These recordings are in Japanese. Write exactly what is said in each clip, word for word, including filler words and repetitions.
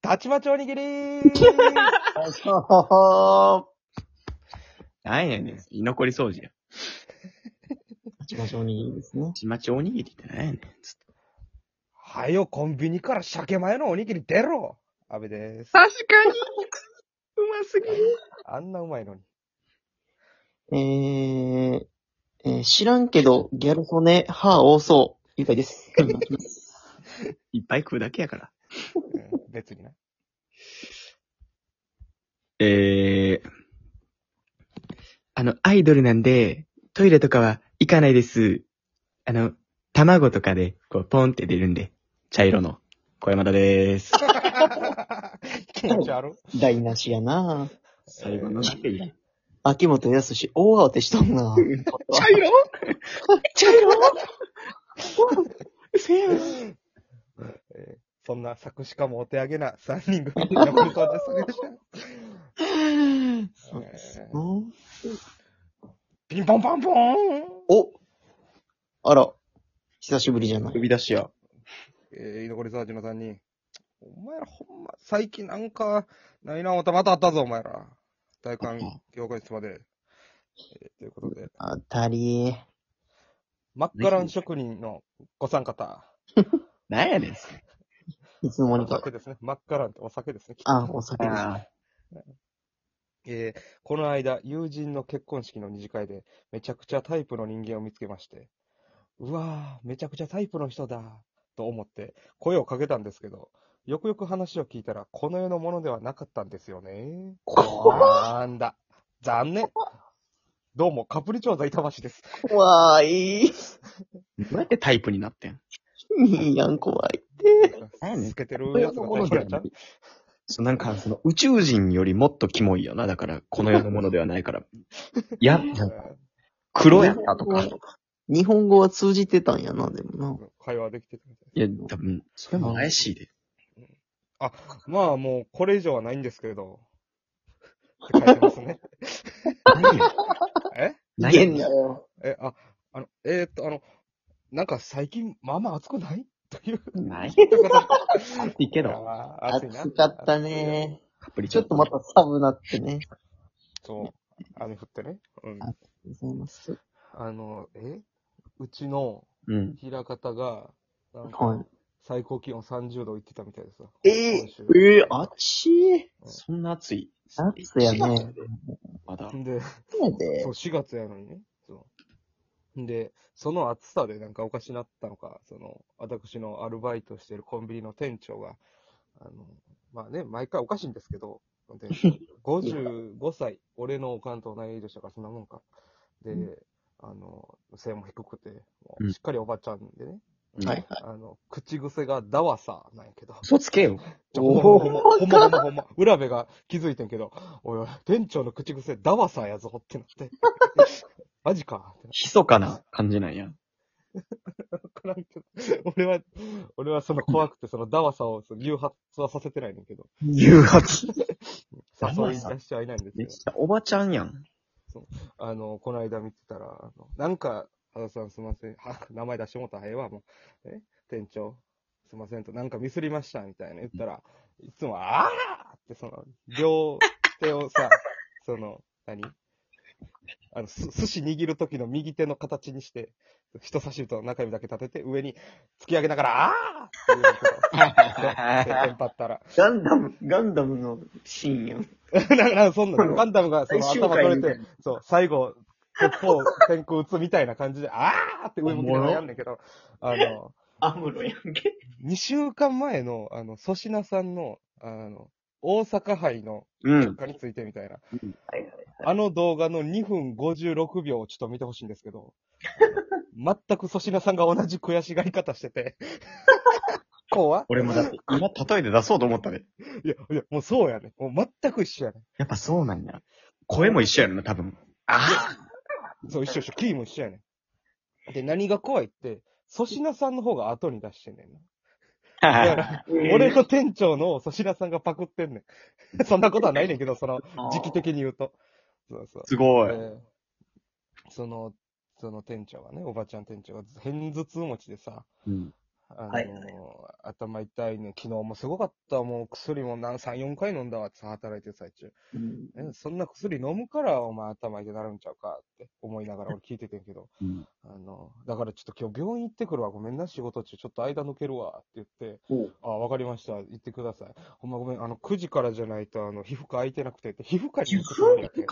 たちまちおにぎりーなんやねん。居残り掃除や。 たちまちおにぎりですね。 ちまちおにぎりってなんやねん。つってはよ、コンビニから鮭マヨのおにぎり出ろ阿部です。 確かに。うますぎる。 あんなうまいのに。 えー、えー、知らんけど、ギャル曽根、歯多そう。ゆかいです。 いっぱい食うだけやから。 うん、別にな。 えー、あの、アイドルなんで、トイレとかは行かないです。あの、卵とかで、こう、ポンって出るんで、茶色の。小山田でーす。 気持ち悪い。 台無しやな。 最後のだけいい。 秋元康、大慌てしとんな。 茶色茶色せやん。 えーそんな作詞家もお手上げなさんにん組の残りそうですでした。 そうですね。 ピンポンパンポーンおあら、久しぶりじゃない。 呼び出しや。 えー、居残りサーチのさんにん。お前らほんま、最近なんか、ないな、またまたあったぞ、お前ら。大観業界室まで。えーということで、 あたり。 マッカラン職人のご参加。 なんやねん。 おいつの間にか。 酒ですね。マッカランってお酒ですね。 あ、お酒です。 あえーこの間、友人の結婚式の二次会で、めちゃくちゃタイプの人間を見つけまして、うわぁ、めちゃくちゃタイプの人だ、と思って声をかけたんですけど、よくよく話を聞いたら、この世のものではなかったんですよね。なんだ。残念。どうも、カプリチョーザ板橋です。 怖い。 どうやってタイプになってんいいやん、怖いって。 何やねん透けてるやつがタイプやっちゃう。 そうなんか、その宇宙人よりもっとキモいよな。だから、この世のものではないから。いや、なんか黒やったとか。 日本語は通じてたんやな、でもな。 会話できてたみたいいや、多分、それも怪しいで。 あ、まあもう、これ以上はないんですけど、って書いてますね。 何よ。 えいけんなよ。 え、あ、あの、えーっと、あの、なんか最近、まあまあ暑くないという。 ない一言。 暑いけど。 あー暑いな。 暑かったね。 カプリチョちょっとまた寒なってね。 そう。雨降ってね。うん。 ありがとうございます。 あの、えうちのうん。 平方が、なんか、 はい。 最高気温さんじゅうどいってたみたいですわ。 え今週ー、えー、あっちー。 そんな暑い。 暑やね。 まだ。 で、 そうやでそう、。しがつやのにね。そう。で、その暑さでなんかおかしなったのか、その、私のアルバイトしてるコンビニの店長が、あの、まあね、毎回おかしいんですけど、店長ごじゅうごさい、俺のおかんと同い年だからそんなもんか。で、あの、背も低くて、もうしっかりおばちゃんでね、 うんはいはい。 あの、口癖がダワサなんやけど。 嘘つけよ。 ちょほんまほんま、ほんまほんまほんま、浦部が気づいてんけど、おいおい、店長の口癖ダワサやぞってなって。マジかってなって。 密かな感じなんや。 わからんけど俺は、俺はその怖くて、そのダワサをその誘発はさせてないねんけど、 誘発。 誘い出しちゃいないんですめっよ。 ちゃおばちゃんやん。 あの、この間見てたら、あのなんか、羽田さんすいません。は、名前出してもったらええわ、もう。え店長、すいませんと、なんかミスりました、みたいな言ったら、いつも、あーってその、両手をさ、その、何あの、す寿司握る時の右手の形にして、人差し指と中指だけ立てて、上に突き上げながら、あーって言うんだけど、テンパったら。 ガンダム、ガンダムのシーンやん。 なんか、なんかそんな、ガンダムがその最終頭取れて回みたいな、 そう、最後、鉄砲、天空撃つみたいな感じで、あーって上向きながらやんねんけど、あの、 アムロやんけ。 にしゅうかんまえの、あの、粗品さんの、あの、大阪杯のうん。 結果についてみたいな、 はいはい。 あの動画のにふんごじゅうろくびょうをちょっと見てほしいんですけど、全く粗品さんが同じ悔しがり方してて、怖っ俺もだって、今例えで出そうと思ったで。 いや、いや、もうそうやね。もう全く一緒やね。 やっぱそうなんや。声も一緒やろな、多分。あそう、一緒一緒。キーも一緒やねん。で、何が怖いって、粗品さんの方が後に出してんねんな。だかあ。 ら、俺と店長の粗品さんがパクってんねん。そんなことはないねんけど、その、時期的に言うと。そうそう。 すごい。 で、その、その店長がね、おばちゃん店長が、偏頭痛持ちでさ、 うん。 ああのーはいはい頭痛いね。昨日もすごかった。もう薬も何、さん、よんかい飲んだわってさ働いてる最中。 うん。 えそんな薬飲むからお前頭痛くなるんちゃうかって思いながら俺聞いててんけど。 うん。 あの、だからちょっと今日病院行ってくるわ。ごめんな、仕事中。ちょっと間抜けるわ。って言って、 おうあ、わかりました。行ってください。ほんまごめん。あの、くじからじゃないと、あの、皮膚科空いてなくてって、皮膚科に行くつもりやってん。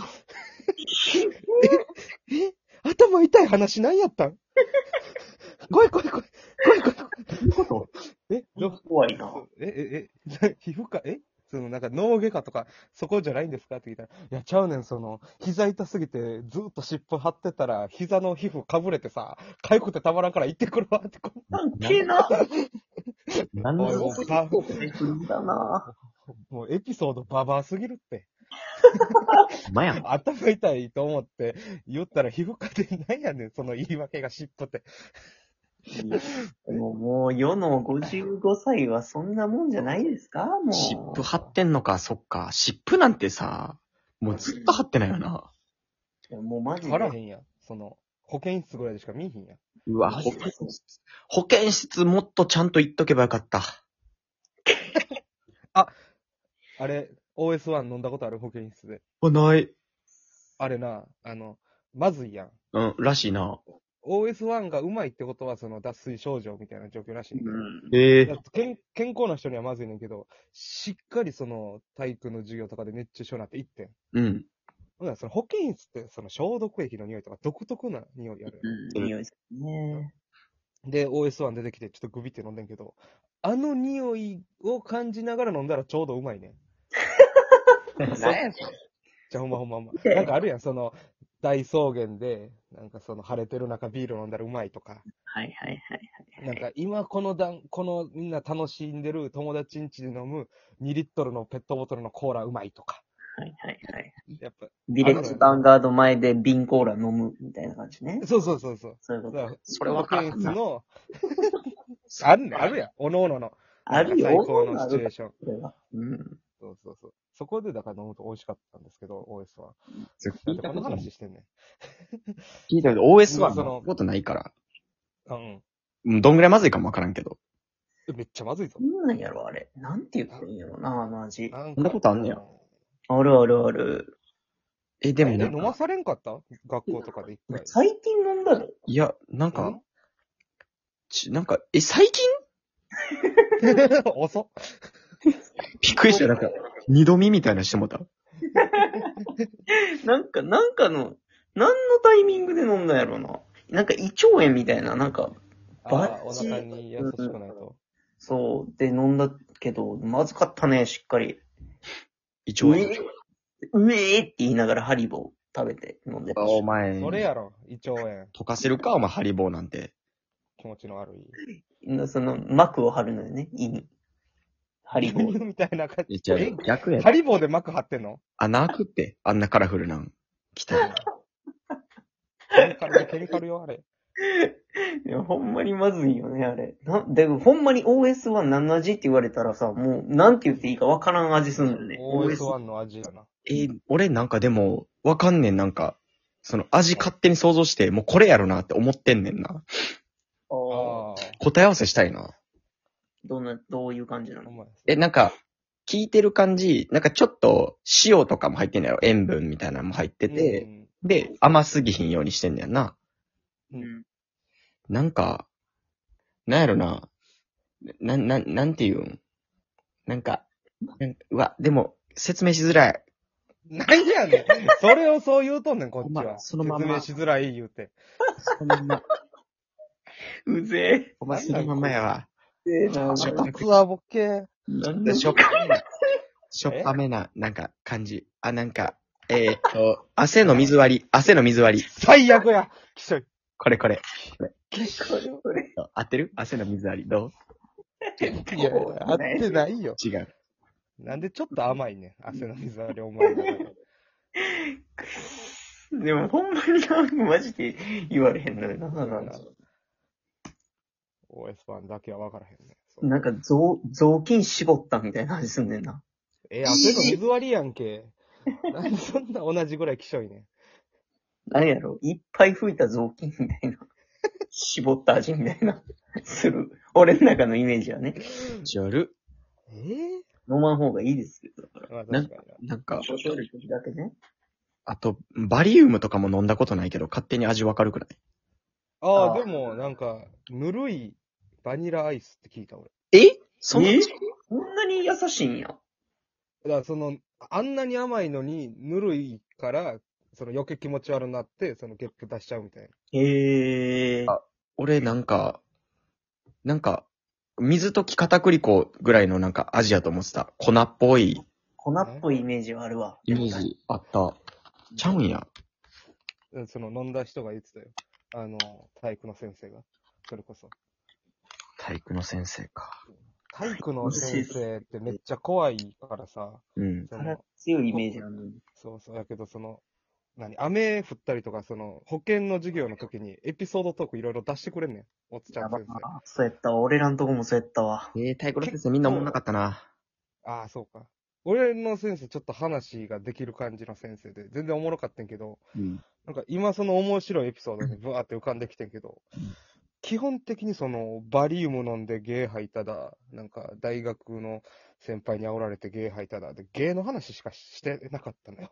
ええ頭痛い話何やったん来い来い来い。来い来い来い。えど怖いな。 え、え、え、皮膚科、えそのなんか脳外科とか、そこじゃないんですかって聞いたら、いや、ちゃうねん、その、膝痛すぎて、ずっと湿布貼ってたら、膝の皮膚かぶれてさ、痒くてたまらんから行ってくるわって、こ関係な。 なんでおいもうばだな。 もうエピソードババアすぎるって。 お前やん。 頭痛いと思って言ったら皮膚科で何やねん、その言い訳が湿布って。 でももう世のごじゅうごさいはそんなもんじゃないですかもう。 湿布貼ってんのか、そっか。湿布なんてさ、もうずっと貼ってないよな。 いやもうマジで。 貼らへんやん。その、保健室ぐらいでしか見えへんやん。 うわ、保健室。保健室もっとちゃんと言っとけばよかった。 あれ、オーエスワン 飲んだことある保健室で。 あ、ない。 あれな、あの、まずいやん。 うん、らしいな。 オーエスワン がうまいってことは、その脱水症状みたいな状況らしいねんけど。 うん。 ええだから健健康な人にはまずいねんけど、しっかりその体育の授業とかで熱中症になっていってん。 うん。 ほんならその保健室ってその消毒液の匂いとか独特な匂いあるやん。 うん。匂いですね。 で、オーエスワン 出てきてちょっとグビって飲んでんけど、あの匂いを感じながら飲んだらちょうどうまいねん。 何やそれ。 じゃあほんまほんまほんま。なんかあるやん、その大草原で、なんかその晴れてる中ビール飲んだらうまいとか。 はいはいはいはい。 なんか今この段、このみんな楽しんでる友達ん家で飲むにリットルのペットボトルのコーラうまいとか。 はいはいはい。 やっぱ、 ビレッジヴァンガード前で瓶コーラ飲むみたいな感じね。 そうそうそうそう。 そういうこと。 だからそれわからんな保健室の、あるね、あるやん。おのおのの。 あるよ。 最高のシチュエーション。 これは。うん。 そうそうそう。そこでだから飲むと美味しかったんですけど、オーエスは。 それなんでこの聞いたことない。 話してんねん。 聞いたけど、オーエス はそのそのことないから。 うん。 うん、どんぐらいまずいかもわからんけど。 えめっちゃまずいぞ。 なんなんやろ、あれ。なんて言ってんやろな、あの味。 なんそんなことあんねやあるあるある。 え、 でも、 でもなんか、 飲まされんかった学校とかで一回。 最近飲んだのいや、なんかん、 ち、なんか、え、最近遅っ。 びっくりした。なんか、二度見みたいなしてもた。 なんか、なんかの、何のタイミングで飲んだんやろな。なんか胃腸炎みたいな、なんか、 ああ、 バッチお腹に優しくないと。 そう、で飲んだけど、まずかったね、しっかり。 一応、 うえうえーって言いながらハリボー食べて飲んでた。 お前、 それやろ、胃腸炎。 溶かせるか、お前、ハリボーなんて。 気持ちの悪い。 その、膜を張るのよね、胃に。ハリボー。 みたいな感え、 じ。 じゃあえ、 逆やハ。リボーで膜張ってんの穴開くって、あんなカラフルなん。来たら。 ケミカル、ケミカルよ、あれ。 いや、ほんまにまずいよね、あれ。な、でも、ほんまに オーエスワン 何の味って言われたらさ、もう、なんて言っていいかわからん味すんのよね。 オーエスワン の味やな。 えー俺なんかでも、わかんねん、なんか、その味勝手に想像して、もうこれやろなって思ってんねんな。 ああ。 ああ。 答え合わせしたいな。 どんな、どういう感じなのお前。 え、なんか、聞いてる感じ、なんかちょっと塩とかも入ってんだよ。塩分みたいなのも入ってて、 うんで、甘すぎひんようにしてんねやんな。 うんなんか、なんやろな。な、な、なんて言うんなんか、なんうわ、でも、説明しづらい。 何やねん。それをそう言うとんねん、こっちほんまは。 そのまま説明しづらい言うて。 そのまま、 うぜほんまそのままやわ。 え。うぜえな。 ちょあつわぼけ。 なんでしょっでしょぱめな、しょっぱめな、なんか、感じ。あ、なんか、えーっと、汗の水割り、汗の水割り。 最悪や。きしょい。 これこれ。 これこれ。 合ってる汗の水割り。どいや、合ってないよ。 う違う。 なんでちょっと甘いねん。汗の水割りお前の中で。 でも、ほんまになんかマジで言われへんのよな。なんかオーエスワン だけは分からへんねん。そうなんか、雑、雑巾絞ったみたいな味すんねんな。 え、汗の水割りやんけ。なんでそんな同じぐらいきしょいねん。 何やろいっぱい吹いた雑巾みたいな。絞った味みたいな。する。 俺の中のイメージはね。 ジある。 ええ飲まん方がいいですよ。だから。 まあなん確かにな。 なんか、 少々の時だけね。 あと、バリウムとかも飲んだことないけど、勝手に味わかるくらい。 ああ、 あーでも、なんか、ぬるいバニラアイスって聞いた俺。 えそんな、 えそんなに優しいんや。 だからその、あんなに甘いのに、ぬるいから、その余計気持ち悪くなって、そのゲップ出しちゃうみたいな。 へえ。 あ俺なんか、なんか、水溶き片栗粉ぐらいのなんか味やと思ってた。粉っぽい粉っぽいイメージはあるわ。 イメージあった。ちゃうんや。 うんその飲んだ人が言ってたよ。あの、体育の先生が。それこそ。 体育の先生か。 体育の先生ってめっちゃ怖いからさ、 うん。 そからの、 強いイメージあるのに。 そうそう、やけどその、何、雨降ったりとか、その、保健の授業の時にエピソードトークいろいろ出してくれんねん。おっちゃやばん先生。 あそうやったわ。俺らんとこもそうやったわ。 えー、体育の先生みんなおもんなかったな。 ああ、そうか。俺の先生ちょっと話ができる感じの先生で、全然おもろかったんけど、 うん。 なんか今その面白いエピソードにブワーって浮かんできてんけど、基本的にそのバリウム飲んでゲー吐いただ、なんか大学の先輩に煽られてゲー吐いただ、で、ゲーの話しかしてなかったのよ。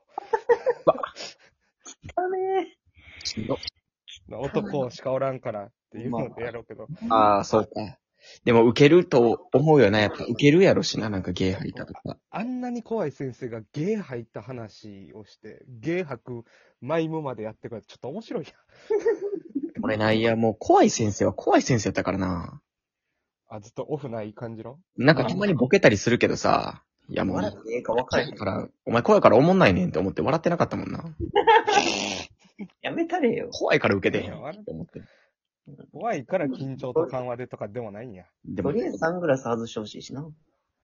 だねしんど男しかおらんからっていうのでやろうけど。 ああ、そうか。でも受けると思うよな。やっぱ受けるやろしな。なんかゲー吐いたとか。 あんなに怖い先生がゲー吐いた話をして、ゲー吐くマイムまでやってくれてちょっと面白いやん。 俺な、いやもう怖い先生は怖い先生やったからな。 あ、ずっとオフない感じのなんかたまにボケたりするけどさ。いやもう、 笑ってええか分からへんだ。から、お前怖いから思んないねんって思って笑ってなかったもんな。 やめたれよ。 怖いから受けてへんよって思って。 怖いから緊張と緩和でとかでもないんや。 でもとりあえずサングラス外してほしいしな。